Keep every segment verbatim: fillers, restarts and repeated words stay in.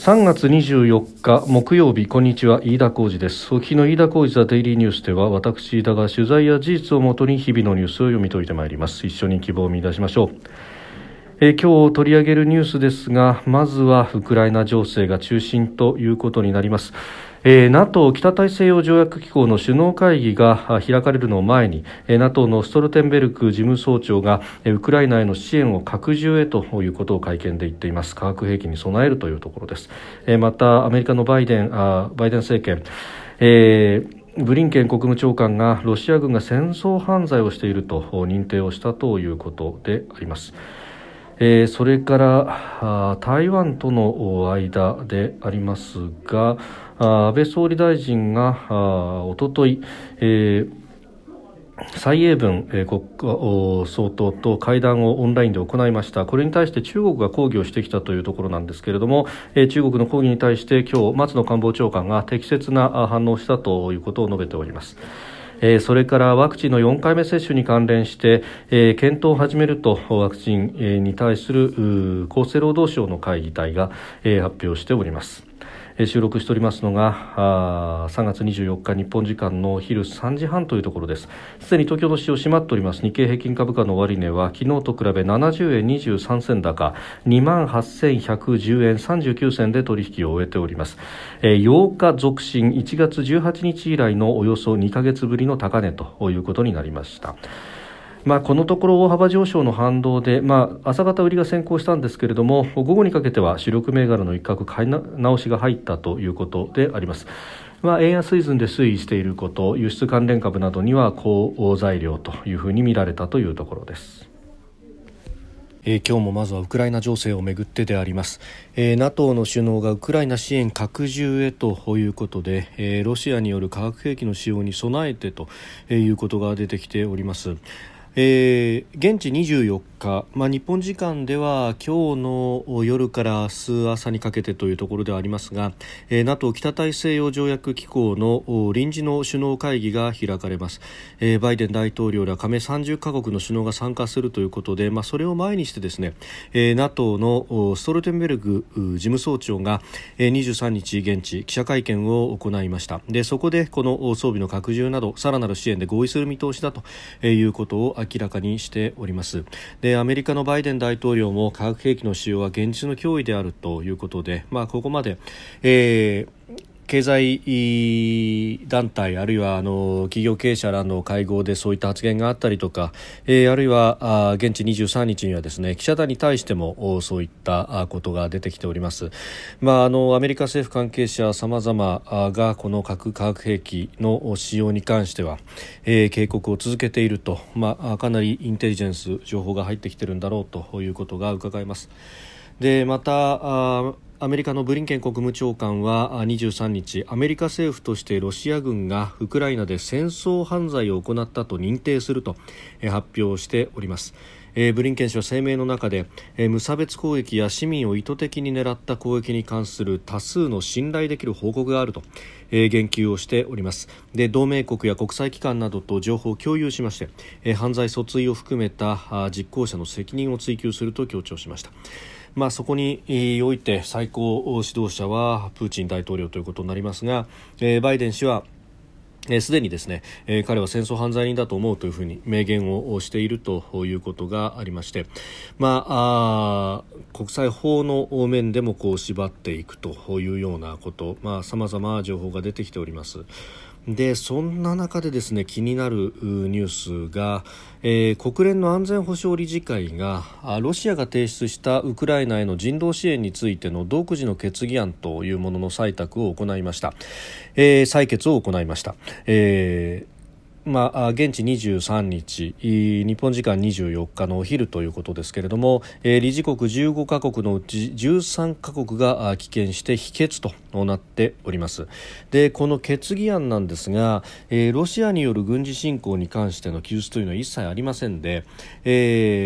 さんがつにじゅうよっか木曜日、こんにちは、飯田浩司です。お聞きの飯田浩司ザデイリーニュースでは、私飯田が取材や事実をもとに日々のニュースを読み解いてまいります。一緒に希望を見出しましょう。えー、今日取り上げるニュースですが、まずはウクライナ情勢が中心ということになります。えー、NATO 北大西洋条約機構の首脳会議が開かれるのを前に、えー、NATO のストルテンベルク事務総長が、えー、ウクライナへの支援を拡充へということを会見で言っています。化学兵器に備えるというところです。えー、またアメリカのバイデンあバイデン政権、えーブリンケン国務長官がロシア軍が戦争犯罪をしていると認定をしたということであります。えー、それから台湾との間でありますが、安倍総理大臣がおととい、えー蔡英文国家総統と会談をオンラインで行いました。これに対して中国が抗議をしてきたというところなんですけれども、中国の抗議に対して今日松野官房長官が適切な反応をしたということを述べております。それからワクチンのよんかいめ接種に関連して検討を始めるとワクチンに対する厚生労働省の会議体が発表しております。収録しておりますのがさんがつにじゅうよっか日本時間の昼さんじはんというところです。すでに東京の市場閉まっております。日経平均株価の終値は昨日と比べななじゅうえんにじゅうさんせん高 にまんはっせんひゃくじゅうえんさんじゅうきゅうせんで取引を終えております。ようか続伸いちがつじゅうはちにち以来のおよそにかげつぶりの高値ということになりました。まあ、このところ大幅上昇の反動で、まあ、朝方売りが先行したんですけれども、午後にかけては主力銘柄の一角買い直しが入ったということであります。まあ、円安水準で推移していること、輸出関連株などには好材料というふうに見られたというところです。えー、今日もまずはウクライナ情勢をめぐってであります。えー、NATO の首脳がウクライナ支援拡充へということで、えー、ロシアによる化学兵器の使用に備えてということが出てきております。えー、現地にじゅうよっか、まあ、日本時間では今日の夜から明日朝にかけてというところではありますが、えー、NATO 北大西洋条約機構の臨時の首脳会議が開かれます。えー、バイデン大統領ら加盟さんじゅっかこくの首脳が参加するということで、まあ、それを前にしてですね、えー、NATO のストルテンベルグ事務総長がにじゅうさんにち現地記者会見を行いました。でそこでこの装備の拡充などさらなる支援で合意する見通しだということを明らかにしております。でアメリカのバイデン大統領も化学兵器の使用は現実の脅威であるということで、まあ、ここまで、えー経済団体あるいはあの企業経営者らの会合でそういった発言があったりとか、えー、あるいはあ現地にじゅうさんにちにはですね記者団に対してもそういったことが出てきております。まあ、あのアメリカ政府関係者様々がこの核化学兵器の使用に関しては、えー、警告を続けていると、まあ、かなりインテリジェンス情報が入ってきているんだろうということが伺えます。でまたあアメリカのブリンケン国務長官はにじゅうさんにちアメリカ政府としてロシア軍がウクライナで戦争犯罪を行ったと認定すると発表しております。ブリンケン氏は声明の中で無差別攻撃や市民を意図的に狙った攻撃に関する多数の信頼できる報告があると言及をしております。で同盟国や国際機関などと情報を共有しまして犯罪訴追を含めた実行者の責任を追及すると強調しました。まあ、そこにおいて最高指導者はプーチン大統領ということになりますが、バイデン氏はすでにですね、えー、彼は戦争犯罪人だと思うというふうに明言をしているということがありまして、まあ、あ国際法の面でもこう縛っていくというようなこと、まあ、様々情報が出てきております。でそんな中でですね気になるニュースが、えー、国連の安全保障理事会がロシアが提出したウクライナへの人道支援についての独自の決議案というものの採択を行いました、えー、採決を行いました、えーまあ、現地にじゅうさんにち日本時間にじゅうよっかのお昼ということですけれども、えー、理事国じゅうごかこくのうちじゅうさんかこくが棄権して否決となっております。でこの決議案なんですが、えー、ロシアによる軍事侵攻に関しての記述というのは一切ありませんで、えー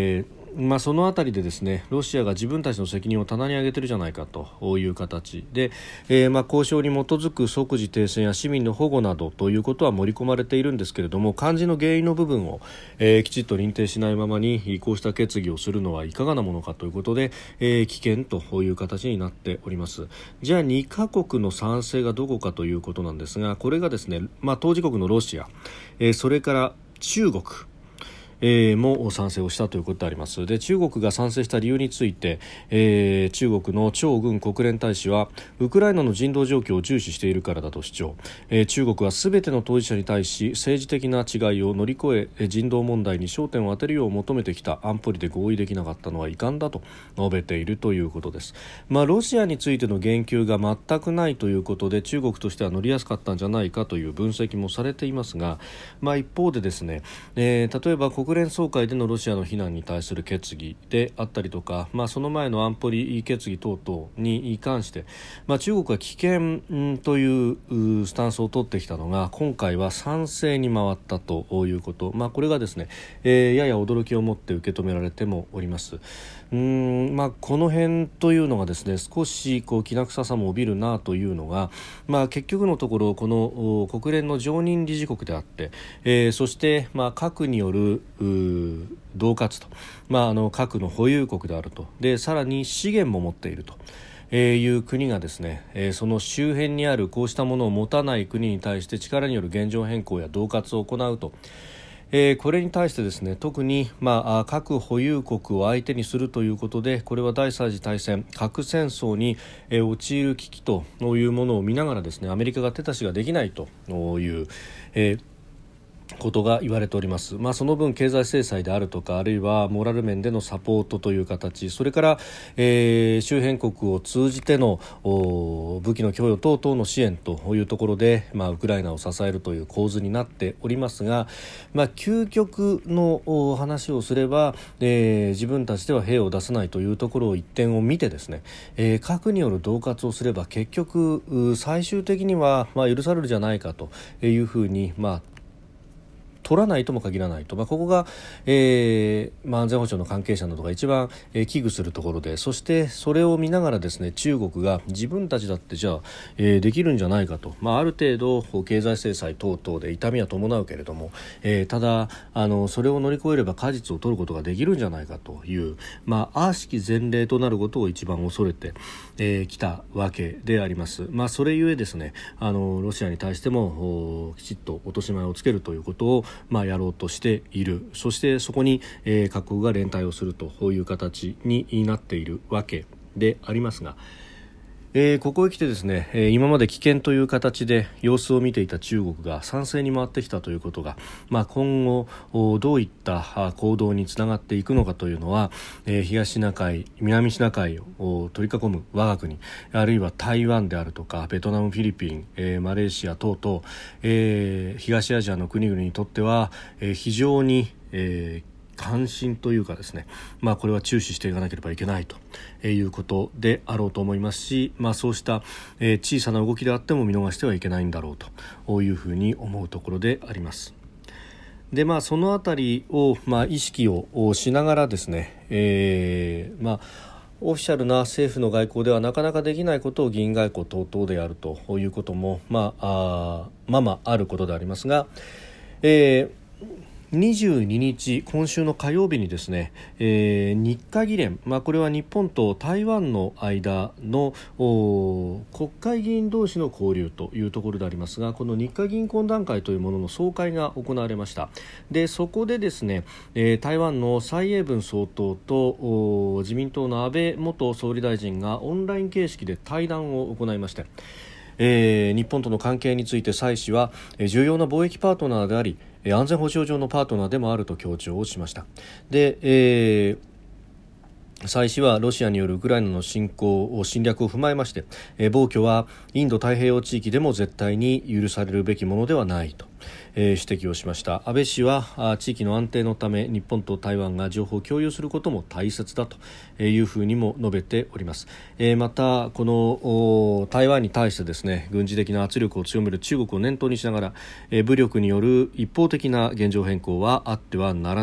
まあ、そのあたりでですねロシアが自分たちの責任を棚に上げているじゃないかという形で、えーまあ、交渉に基づく即時停戦や市民の保護などということは盛り込まれているんですけれども、肝心の原因の部分を、えー、きちっと認定しないままにこうした決議をするのはいかがなものかということで、えー、危険という形になっております。じゃあにカ国の賛成がどこかということなんですが、これがですね、まあ、当事国のロシア、えー、それから中国えー、も賛成をしたということであります。で、中国が賛成した理由について、えー、中国の張軍国連大使はウクライナの人道状況を重視しているからだと主張、えー、中国は全ての当事者に対し政治的な違いを乗り越え人道問題に焦点を当てるよう求めてきた。安保理で合意できなかったのは遺憾だと述べているということです。まあ、ロシアについての言及が全くないということで中国としては乗りやすかったんじゃないかという分析もされていますが、まあ、一方でですね、えー、例えば国連総会でのロシアの非難に対する決議であったりとか、まあ、その前の安保理決議等々に関して、まあ、中国は棄権というスタンスを取ってきたのが今回は賛成に回ったということ、まあ、これがですね、えー、やや驚きを持って受け止められてもおります。うーん、まあ、この辺というのがですね少しこうきな臭さも帯びるなというのが、まあ、結局のところこの国連の常任理事国であって、えー、そして、まあ、核による恫喝と、まあ、あの核の保有国であると、でさらに資源も持っているとえー、いう国がですね、えー、その周辺にあるこうしたものを持たない国に対して力による現状変更や恫喝を行うと、えー、これに対してですね特に、まあ、核保有国を相手にするということでこれは第三次大戦核戦争に、えー、陥る危機というものを見ながらですねアメリカが手出しができないという、えーことが言われております。まあ、その分経済制裁であるとかあるいはモラル面でのサポートという形、それから、えー、周辺国を通じての武器の供与等々の支援というところで、まあ、ウクライナを支えるという構図になっておりますが、まあ、究極の話をすれば、えー、自分たちでは兵を出さないというところを一点を見てですね、えー、核による恫喝をすれば結局最終的には、まあ、許されるじゃないかというふうに、まあ取らないとも限らないと、まあ、ここが、えーまあ、安全保障の関係者などが一番、えー、危惧するところで、そしてそれを見ながらですね中国が自分たちだってじゃあ、えー、できるんじゃないかと、まあ、ある程度経済制裁等々で痛みは伴うけれども、えー、ただあのそれを乗り越えれば果実を取ることができるんじゃないかという、まあ、悪しき前例となることを一番恐れてき、えー、たわけであります。まあ、それゆえですねあのロシアに対してもきちっと落とし前をつけるということをまあ、やろうとしている。そしてそこに、えー、各国が連帯をするという形になっているわけでありますが、えー、ここへ来てですね、えー、今まで危険という形で様子を見ていた中国が賛成に回ってきたということが、まあ、今後どういった行動につながっていくのかというのは、えー、東シナ海、南シナ海を取り囲む我が国、あるいは台湾であるとかベトナム、フィリピン、えー、マレーシア等々、えー、東アジアの国々にとっては、えー、非常に、えー関心というかですね、まあ、これは注視していかなければいけないということであろうと思いますし、まあ、そうした、えー、小さな動きであっても見逃してはいけないんだろうというふうに思うところであります。で、まあ、そのあたりを、まあ、意識をしながらですね、えー、まあオフィシャルな政府の外交ではなかなかできないことを議員外交等々でやるということも、まあ、あまあまああることでありますが、えーにじゅうににち今週の火曜日にですね、えー、日華議連、まあ、これは日本と台湾の間の国会議員同士の交流というところでありますが、この日華議員懇談会というものの総会が行われました。でそこでですね、えー、台湾の蔡英文総統と自民党の安倍元総理大臣がオンライン形式で対談を行いまして、えー、日本との関係について蔡氏は、えー、重要な貿易パートナーであり安全保障上のパートナーでもあると強調をしました。で、えー蔡氏はロシアによるウクライナの侵攻を侵略を踏まえまして、えー、暴挙はインド太平洋地域でも絶対に許されるべきものではないと、えー、指摘をしました。安倍氏は地域の安定のため日本と台湾が情報を共有することも大切だというふうにも述べております。えー、またこの台湾に対してですね軍事的な圧力を強める中国を念頭にしながら、えー、武力による一方的な現状変更はあってはならないと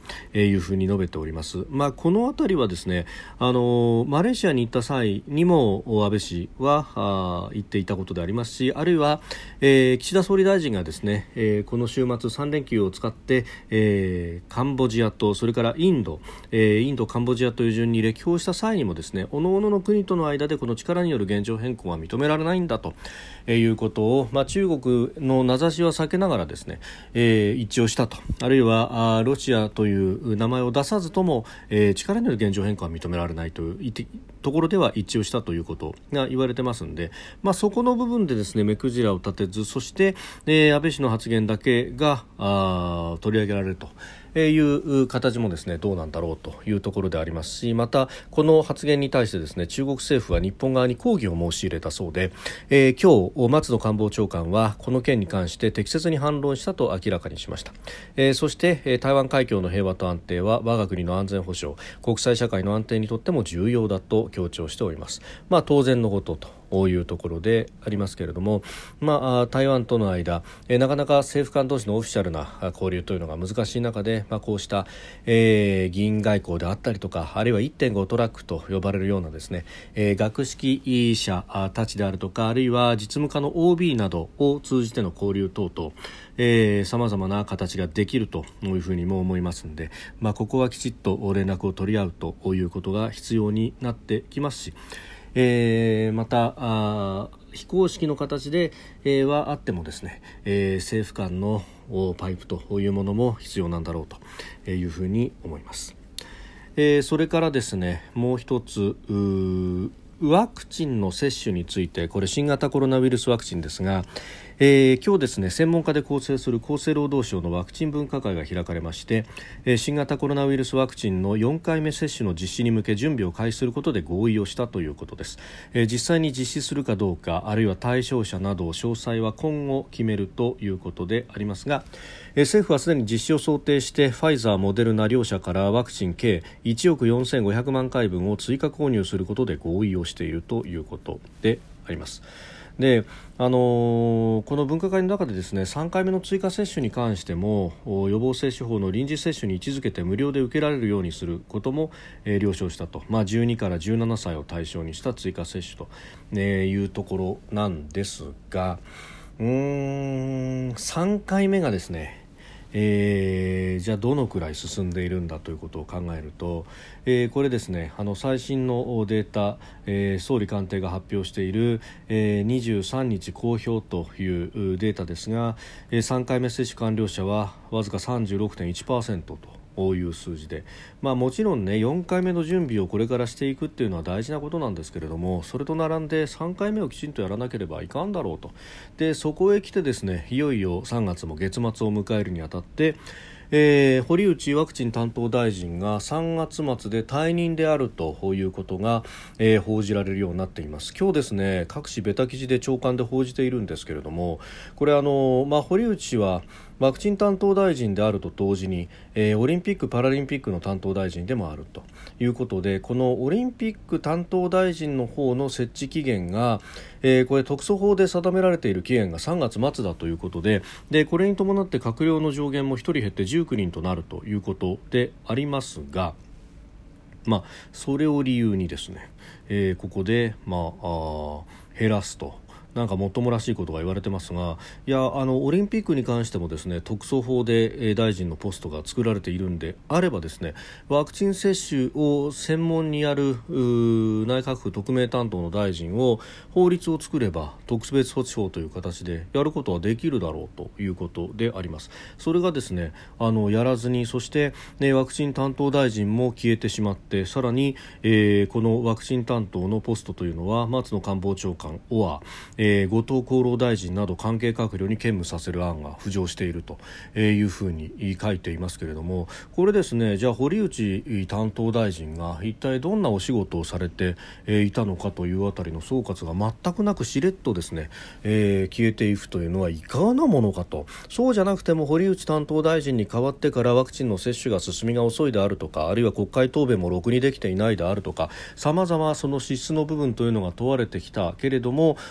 いうふうに述べております。まあ、このあたりはですね、あのマレーシアに行った際にも安倍氏はあ言っていたことでありますし、あるいは、えー、岸田総理大臣がですね、えー、この週末さん連休を使って、えー、カンボジアとそれからインド、えー、インドカンボジアという順に歴訪した際にもですね、各々の国との間でこの力による現状変更は認められないんだということを、まあ、中国の名指しは避けながらですね、えー、一致をしたと、あるいはあロシアという名前を出さずとも、えー、力による現状変更は認められないというところでは一致をしたということが言われてますので、まあ、そこの部分でですね目くじらを立てず、そして、えー、安倍氏の発言だけがあ取り上げられるという形もですねどうなんだろうというところでありますし、またこの発言に対してですね中国政府は日本側に抗議を申し入れたそうで、えー、今日松野官房長官はこの件に関して適切に反論したと明らかにしました。えー、そして台湾海峡の平和と安定は我が国の安全保障、国際社会の安定にとっても重要だと強調しております。まあ、当然のこととというところでありますけれども、まあ、台湾との間、えー、なかなか政府間同士のオフィシャルな交流というのが難しい中で、まあ、こうした、えー、議員外交であったりとか、あるいは いってんご トラックと呼ばれるようなですね、えー、学識者たちであるとか、あるいは実務家の オービー などを通じての交流等々、えー、様々な形ができるというふうにも思いますので、まあ、ここはきちっと連絡を取り合うということが必要になってきますし、えー、またあ非公式の形で、えー、はあってもですね、えー、政府間のパイプというものも必要なんだろうというふうに思います。えー、それからですねもう一つワクチンの接種について、これ新型コロナウイルスワクチンですが、えー、今日ですね専門家で構成する厚生労働省のワクチン分科会が開かれまして、えー、新型コロナウイルスワクチンのよんかいめ接種の実施に向け準備を開始することで合意をしたということです。えー、実際に実施するかどうか、あるいは対象者など詳細は今後決めるということでありますが、えー、政府はすでに実施を想定してファイザー、モデルナ両社からワクチン計いちおくよんせんごひゃくまんかいぶんを追加購入することで合意をしているということであります。であのー、この分科会の中でですねさんかいめの追加接種に関しても予防接種法の臨時接種に位置づけて無料で受けられるようにすることも、えー、了承したと、まあ、じゅうにからじゅうななさいを対象にした追加接種と、えー、いうところなんですが、うーんさんかいめがですねえー、じゃあどのくらい進んでいるんだということを考えると、えー、これですねあの最新のデータ、えー、総理官邸が発表している、えー、にじゅうさんにち公表というデータですが、えー、さんかいめ接種完了者はわずか さんじゅうろくてんいちパーセント とこういう数字で、まあ、もちろんねよんかいめの準備をこれからしていくっていうのは大事なことなんですけれども、それと並んでさんかいめをきちんとやらなければいかんだろうと。でそこへ来てですねいよいよさんがつも月末を迎えるにあたって、えー、堀内ワクチン担当大臣がさんがつ末で退任であるということが、えー、報じられるようになっています。今日ですね各紙ベタ記事で朝刊で報じているんですけれども、これあの、まあ、堀内氏はワクチン担当大臣であると同時に、えー、オリンピック・パラリンピックの担当大臣でもあるということで、このオリンピック担当大臣の方の設置期限が、えー、これ特措法で定められている期限がさんがつ末だということで、でこれに伴って閣僚の上限もひとり減ってじゅうきゅうにんとなるということでありますが、まあ、それを理由にですね、えー、ここで、まあ、あ減らすとなんかもっともらしいことが言われてますが、いやあのオリンピックに関してもですね特措法で、えー、大臣のポストが作られているんであればですねワクチン接種を専門にやる内閣府特命担当の大臣を法律を作れば特別措置法という形でやることはできるだろうということであります。それがですねあのやらずに、そして、ね、ワクチン担当大臣も消えてしまって、さらに、えー、このワクチン担当のポストというのは松野官房長官オア、えーえー、後藤厚労大臣など関係閣僚に兼務させる案が浮上しているというふうに書いていますけれども、これですねじゃあ堀内担当大臣が一体どんなお仕事をされていたのかというあたりの総括が全くなくしれっとですね、えー、消えていくというのはいかがなものかと。そうじゃなくても堀内担当大臣に代わってからワクチンの接種が進みが遅いであるとか、あるいは国会答弁もろくにできていないであるとか、様々その資質の部分というのが問われてきたけれども、ウクライナ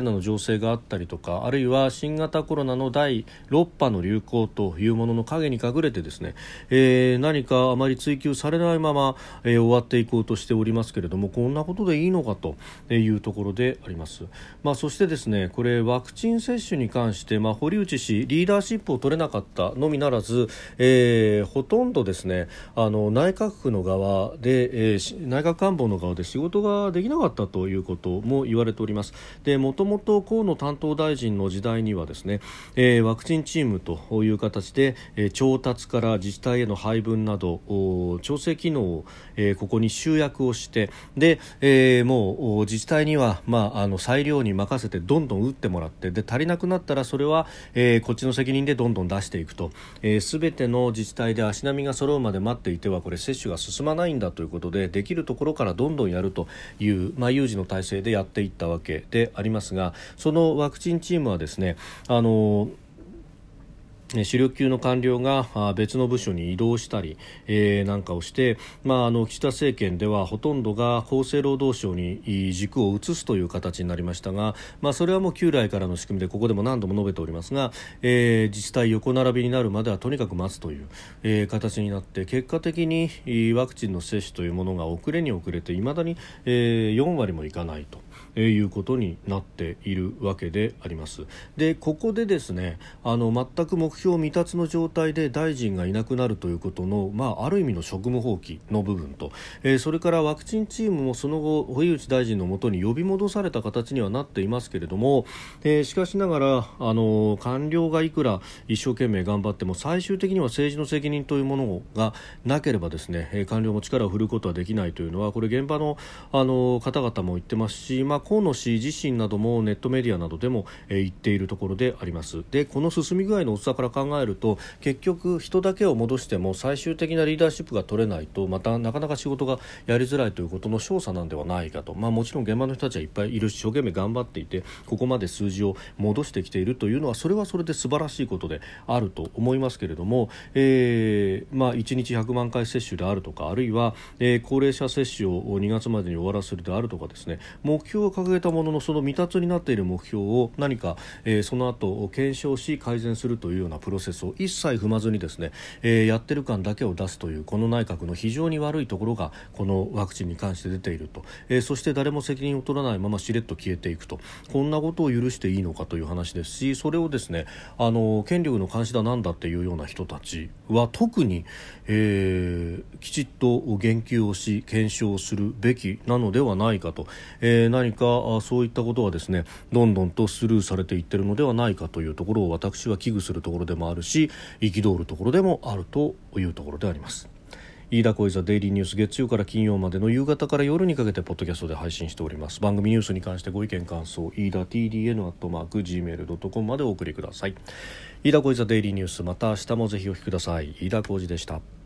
ナの情勢があったりとか、あるいは新型コロナのだいろく波の流行というものの陰に隠れてですね、えー、何かあまり追求されないまま、えー、終わっていこうとしておりますけれども、こんなことでいいのかというところであります。まあ、そしてですね、これワクチン接種に関して、まあ、堀内氏リーダーシップを取れなかったのみならず、えー、ほとんどですね、あの内閣府の側で、えー、内閣官房の側で仕事ができなかったということも言われております。で、もともと河野担当大臣の時代にはですね、えー、ワクチンチームという形で、えー、調達から自治体への配分など調整機能を、えー、ここに集約をして、で、えー、もう自治体には、まあ、あの裁量に任せてどんどん打ってもらって、で足りなくなったらそれは、えー、こっちの責任でどんどん出していくと、えー、全ての自治体で足並みが揃うまで待っていてはこれ接種が進まないんだということで、できるところからどんどんやるという、まあ、有事の体制でやっていったわけでありますが、そのワクチンチームはですね、あの主力級の官僚が別の部署に移動したり、えー、なんかをして、まあ、あの岸田政権ではほとんどが厚生労働省に軸を移すという形になりましたが、まあ、それはもう旧来からの仕組みでここでも何度も述べておりますが、えー、自治体横並びになるまではとにかく待つという、えー、形になって、結果的にワクチンの接種というものが遅れに遅れていまだに、えー、よん割もいかないということになっているわけであります。で、ここでですね、あの全く目標未達の状態で大臣がいなくなるということの、まあ、ある意味の職務放棄の部分と、えー、それからワクチンチームもその後堀内大臣のもとに呼び戻された形にはなっていますけれども、えー、しかしながらあの官僚がいくら一生懸命頑張っても最終的には政治の責任というものがなければですね、官僚も力を振るうことはできないというのは、これ現場の、あの方々も言ってますし、まあ、河野氏自身などもネットメディアなどでも、えー、言っているところであります。で、この進み具合の遅さから考えると、結局人だけを戻しても最終的なリーダーシップが取れないと、またなかなか仕事がやりづらいということの証左なんではないかと。まあ、もちろん現場の人たちはいっぱいいるし、一生懸命頑張っていてここまで数字を戻してきているというのは、それはそれで素晴らしいことであると思いますけれども、えーまあ、いちにちひゃくまんかい接種であるとか、あるいは、えー、高齢者接種をにがつまでに終わらせるであるとかですね、目標を掲げたもののその未達になっている目標を何か、えー、その後検証し改善するというようなプロセスを一切踏まずにですね、えー、やってる感だけを出すという、この内閣の非常に悪いところがこのワクチンに関して出ていると、えー、そして誰も責任を取らないまましれっと消えていくと、こんなことを許していいのかという話ですし、それをですね、あの権力の監視だなんだっていうような人たちは特に、えー、きちっと言及をし検証するべきなのではないかと、えー、何かそういったことはですね、どんどんとスルーされていってるのではないかというところを私は危惧するところでもあるし、憤るところでもあるというところであります。飯田浩司ザデイリーニュース、月曜から金曜までの夕方から夜にかけてポッドキャストで配信しております。番組ニュースに関してご意見感想、飯田 ティーディーエヌ アットマーク ジーメール ドットコム までお送りください。飯田浩司ザデイリーニュース、また明日もぜひお聞きください。飯田浩司でした。